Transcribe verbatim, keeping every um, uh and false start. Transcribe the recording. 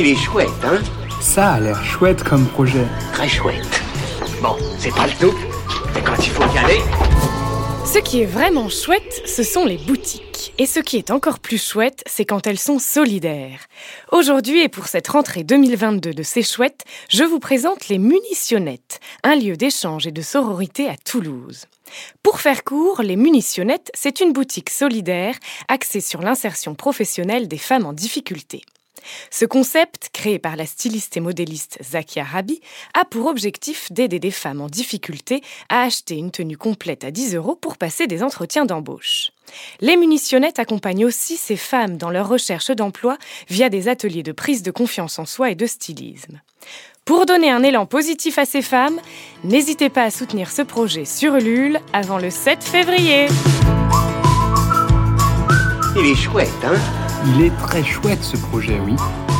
Il est chouette, hein? Ça a l'air chouette comme projet. Très chouette. Bon, c'est pas le tout, mais quand il faut y aller... Ce qui est vraiment chouette, ce sont les boutiques. Et ce qui est encore plus chouette, c'est quand elles sont solidaires. Aujourd'hui, et pour cette rentrée deux mille vingt-deux de C'est chouette, je vous présente les Munitionnettes, un lieu d'échange et de sororité à Toulouse. Pour faire court, les Munitionnettes, c'est une boutique solidaire axée sur l'insertion professionnelle des femmes en difficulté. Ce concept, créé par la styliste et modéliste Zakia Rabi, a pour objectif d'aider des femmes en difficulté à acheter une tenue complète à dix euros pour passer des entretiens d'embauche. Les Munitionnettes accompagnent aussi ces femmes dans leur recherche d'emploi via des ateliers de prise de confiance en soi et de stylisme. Pour donner un élan positif à ces femmes, n'hésitez pas à soutenir ce projet sur Ulule avant le sept février. Il est chouette, hein? Il est très chouette ce projet, oui.